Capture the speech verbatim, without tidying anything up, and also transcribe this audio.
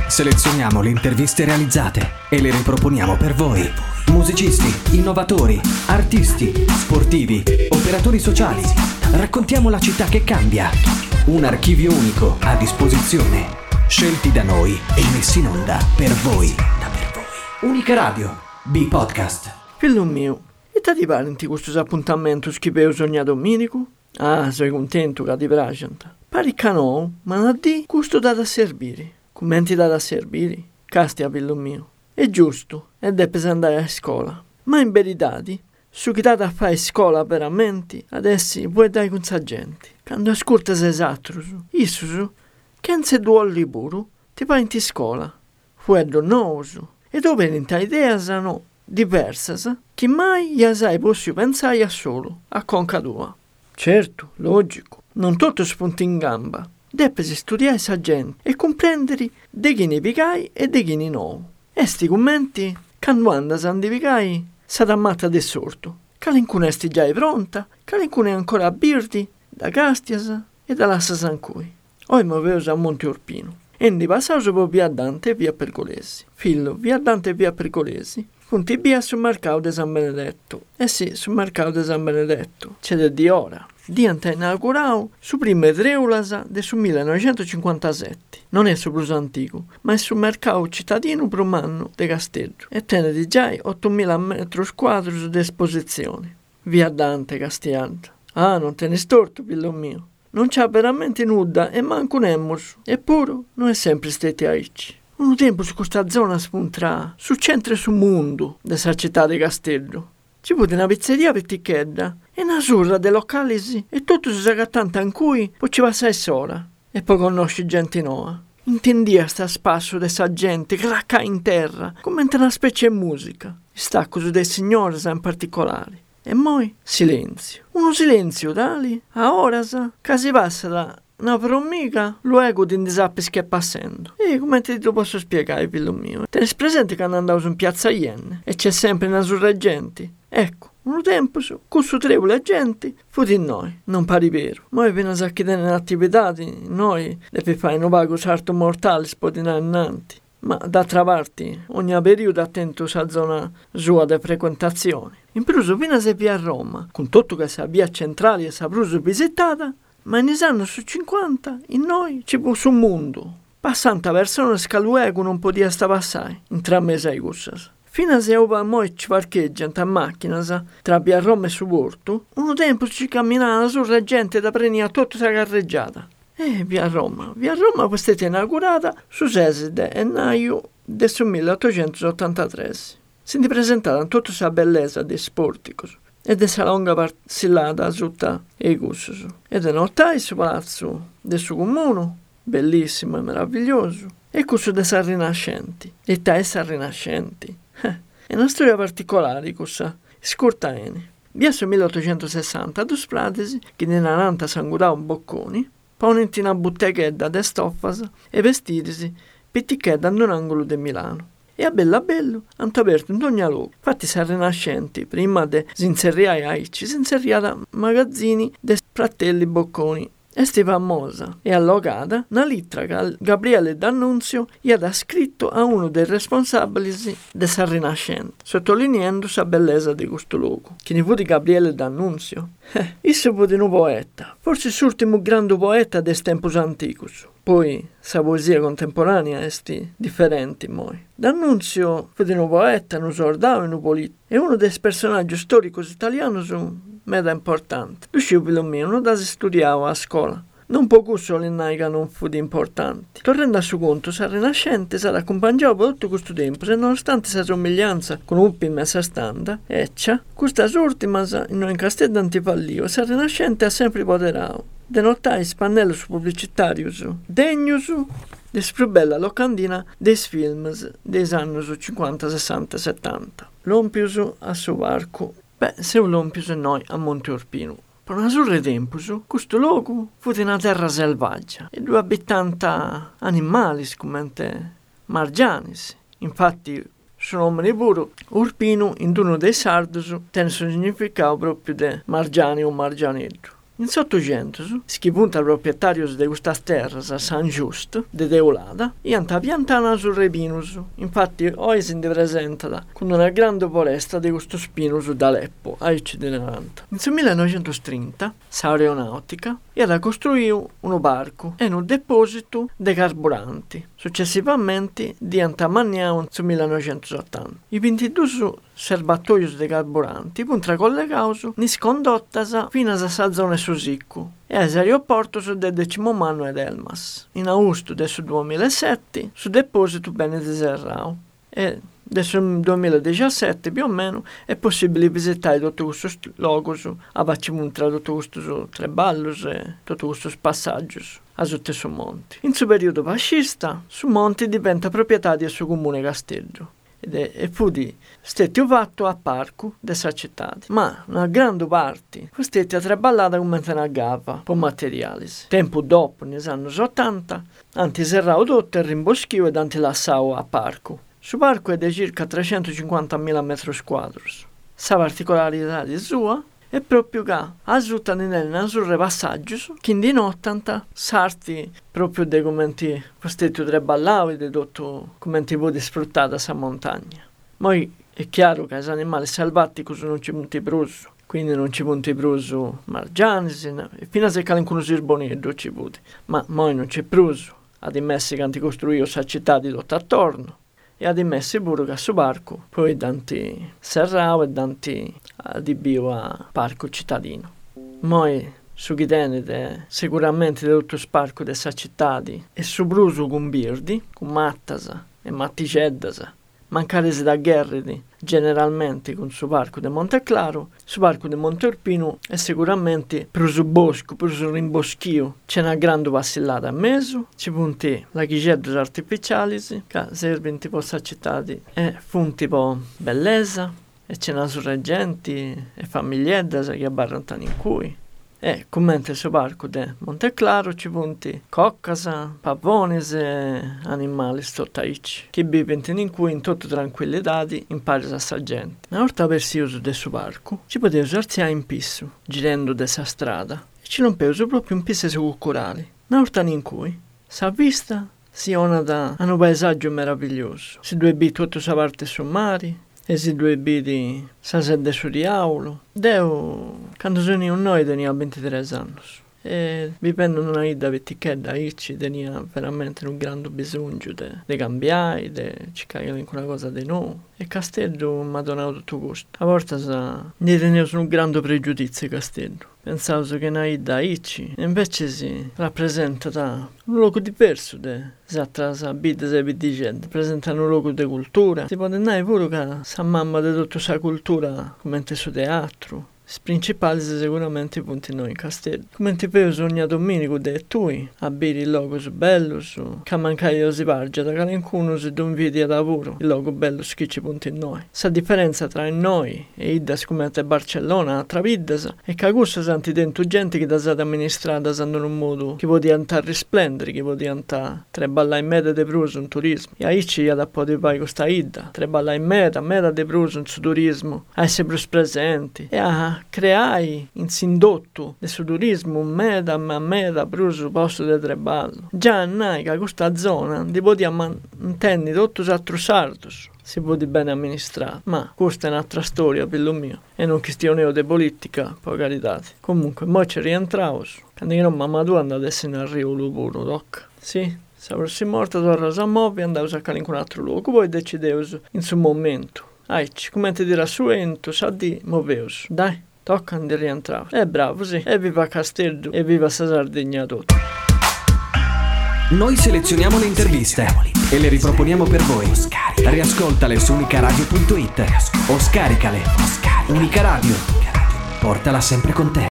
Selezioniamo le interviste realizzate e le riproponiamo per voi. Musicisti, innovatori, artisti, sportivi, operatori sociali. Raccontiamo la città che cambia. Un archivio unico a disposizione. Scelti da noi e messi in onda per voi. Unica Radio, B-Podcast. Figlio mio, e ti pare questo appuntamento che avevo sognato domenico? Ah, sei contento che ti piace? Pare che no, ma non di gusto da servire. Commenti da servire? Castia, figlio mio. È giusto, e deve andare a scuola. Ma in verità, su chi date a fare scuola veramente, adesso puoi dare con sa gente. Quando ascolta se esatto, isso, che non si duolli pure, ti vai in scuola. Fu è donnoso. E dove in ta idea sono diverse, che mai gli sai possi pensare a solo, a conca tua. Certo, logico, non tutto spunti in gamba. Deve studiare sa gente e comprendere di chi ne pigai e di chi ne no. E sti commenti, quando anda san di pigai, sa da matta del sorto. Che l'incune sti già è pronta, che l'incune è ancora a birdi, da castias e da lassa san cui. Oi mi avevo a Monte Orpino. E di passaggio per via Dante e via Pergolesi. Fillo, via Dante e via Pergolesi. Punti via sul mercato di San Benedetto. Eh sì, sul mercato di San Benedetto. C'è di ora. Dianta inaugurato su prime treulas del su millenovecentocinquantasette. Non è su plus antico, ma è sul mercato cittadino promanno de Castello. E tiene di già ottomila metri quadri di esposizione. Via Dante, Castianta. Ah, non te ne storto, figlio mio. Non c'ha veramente nulla e manco un emmos. Eppure non è sempre stati aici. Un tempo su questa zona spuntra, su centro e sul mondo della città di Castello. Ci fu una pizzeria pettichedda e una surra de locali e tutto si sagattanta in cui poi ci va sei sola. E poi conosci gente nuova. Intendia sta spasso de sa gente cracca in terra, come una specie di musica. Stacco su dei signori in particolare. E poi silenzio. Uno silenzio tale, a ora sa, che si passa da una formica, luego di un disappi che è passando. E come ti lo posso spiegare, figlio mio? Te ne presente che andavo su in piazza Ienne e c'è sempre una surreggenti? Ecco, un tempo su, con su trevole gente, fu di noi, non pari vero. Ma appena sa che tene attività, noi deve fare un vago sarto mortale spodinare innanti. Ma d'altra parte, ogni periodo attento sa zona sua di frequentazione. In più, fino se via a Roma, con tutto che sa via centrale e sa pruso visitata, ma in anni su cinquanta, in noi ci fu su mondo. Passanta persone scaluego non podia sta passare, in tre mesi ai gussas. Fino a se ova moi ci parcheggiano a macchina, sa, tra via Roma e su Porto, un tempo ci camminava su la gente da prendere tutta la carreggiata. E via Roma, via Roma fu stata inaugurata su sei di gennaio del milleottocentottantatré. Si è presentata in tutta la bellezza dei sporticos e della lunga passillata sotto i gussos. E da notte su palazzo del suo comune, bellissimo e meraviglioso, e questo de San Rinascenti. E ta San Rinascenti. È una storia particolare questa, scurtaene. Via su milleottocentosessanta, due pratesi, che nell'ananta sanguravano bocconi, ponenti una botteghetta de stoffas e vestitisi pittichetta in un angolo di Milano. E a bello a bello hanno aperto in ogni luogo. Infatti San Rinascenti, prima di s'inserriare aici, si inserriava magazzini de fratelli bocconi. E sti famosa e allogata una lettera che Gabriele D'Annunzio gli ha scritto a uno dei responsabili di San Rinascente, sottolineando la bellezza di questo luogo. Chi ne fu di Gabriele D'Annunzio? Eh, isso fu di un poeta, forse l'ultimo grande poeta des tempos anticus. Poi, sa poesia contemporanea è differente, moi. D'Annunzio fu di un poeta, un soldano e un politico, e uno dei personaggi storici italiani su meda importante. Lui figlio mio non da si studiava a scuola. Non poco solo in naica non fu di importanti. Tornando a suo conto, San Rinascente sarà accompagnato per tutto questo tempo, se nonostante sa somiglianza con l'ultima sa standa, eccia, questa ultima in un castello antifallio, San Rinascente ha sempre poterato. Denotare spannello su pubblicitarius, degnos di più bella locandina dei film dei anni cinquanta, sessanta, settanta. L'ompius a suo varco. Beh, se un l'ompius e noi a Monte Orpino. Per una sola tempo, questo luogo fu una terra selvaggia e due abitanti animali come margiani. Infatti, suo nome pure, Orpino, in uno dei sardus, tiene il significato proprio di margiani o margianetto. In settecento, chi punta al proprietario di questa terra a San Giusto, de Deolada, e anta piantana sul repinus. Infatti, oggi si presenta con una grande foresta di questo spinus d'Aleppo, a I C D novanta. In millenovecentotrenta, l'aeronautica era costruito un barco e un deposito di carburanti. Successivamente, di antamagnato nel millenovecentosettanta. I ventidue serbatoi di carburanti puntra collegati in condotta fino a sa zona Susicco e all'aeroporto su del decimo Manuel Elmas. In agosto del duemilasette, su deposito bene di Serrao. E nel duemiladiciassette più o meno è possibile visitare tutti questi luoghi a Vacimuntra, tutti questi tre balli e tutti questi passaggi a tutti su monti. In su periodo fascista, su monti diventa proprietà del suo comune castello. Ed è, e fu di stetti fatto a parco dessa città, ma una grande parte fu stata traballata come una gava per materiali. Tempo dopo, negli anni ottanta, anti serrao tutto e rimboschio ed anti lassao a parco. Su parco è di circa trecentocinquantamila metri quadri. Sa particolarità di sua è proprio che a tutta nel sul passaggio che in ottanta sarti proprio dei commenti questi tre ballavi di tutto come ti può sfruttare questa montagna. Poi è chiaro che gli animali selvatici non ci punti pruso, quindi non ci punti pruso margiani, e fino a se qualcuno si sboneddo ci puti, ma poi non c'è pruso, ad imessi che hanno costruito questa città di tutto attorno. E ad imessi pure che su parco poi danti serrao e danti adibio a parco cittadino. Poi su chi tenete sicuramente di tutto il parco di questa città e su bruso con birdi, con mattasa e matticeddasa, mancaresi da gherriti generalmente con su parco di Monteclaro, su parco di Monteorpino e sicuramente per su bosco, per su rimboschio c'è una grande passillata a mezzo, ci punti la chicheddos artificiali che servono tipo questa città e fu tipo bellezza e c'è una sorreggenti e famigliedda che abbarrano in cui. E commenta su parco di Monteclaro ci punti coccasa, pavones e animali stottaici che vivono in cui in tutta tranquillità in pace a sta gente. Una volta persioso del suo parco ci poteva esercitare in pisso, girando dessa strada e ci rompeva proprio un pisso culturale. Una volta in cui sa vista si ona da un paesaggio meraviglioso, si due bi tutta sa parte su mare e si due bidi sa sede su riaulo. Deo, quando sono noi tenia ventitré anni e vivendo in una ida vecchichedda ici tenia veramente un grande bisogno di cambiare, di cercare una cosa di nuovo. E Castello mi ha donato tutto questo. A volte ne tenevo un grande pregiudizio Castello. Pensavo che una ida ici invece si rappresenta da un luogo diverso da sa vita se vi dicendo. Presenta un luogo di cultura. Si può dire pure che sa mamma di tutta questa cultura come su teatro. I principali sono sicuramente i punti noi in Castello. Come ti vedo ogni domenica de tui, a bere il logo su bello, su che mancare si pargia da qualcuno si non vedi a lavoro, il logo bello su chi ci punti in noi. Sa differenza tra noi e Iddas come a Barcellona, a Traviddas, è che a questo santi dentro gente che da stata amministrata sanno in un modo che può diventare risplendere, che può diventare tre balla in meta di pruso in turismo. E a ci da poter fare questa Idda, tre balla in meta, meta di pruso in su turismo, a essere più presenti e a creai in sindotto del suo turismo un meta ma meta pruso posto di tre ballo. Già nai che questa zona di poter mantenere tutto altro sardos si può bene amministrare, ma questa è un'altra storia per lo mio e non questione di politica, per carità. Comunque, mo ci rientravo, quando io non mamma tua andavo adesso in arrivo lo puro, doc. Sì, se fossi morta torno a muovere e andavo a cercare in un altro luogo, poi decidevo in suo momento. Aici, come ti dirà su ento, sa di muoveus. Dai, tocca di rientrare. E bravo, sì. E viva Castello e viva sta Sardegna tutta. Noi selezioniamo le interviste e le riproponiamo per voi. Riascoltale su unicaradio punto it o scaricale. Unica Radio. Portala sempre con te.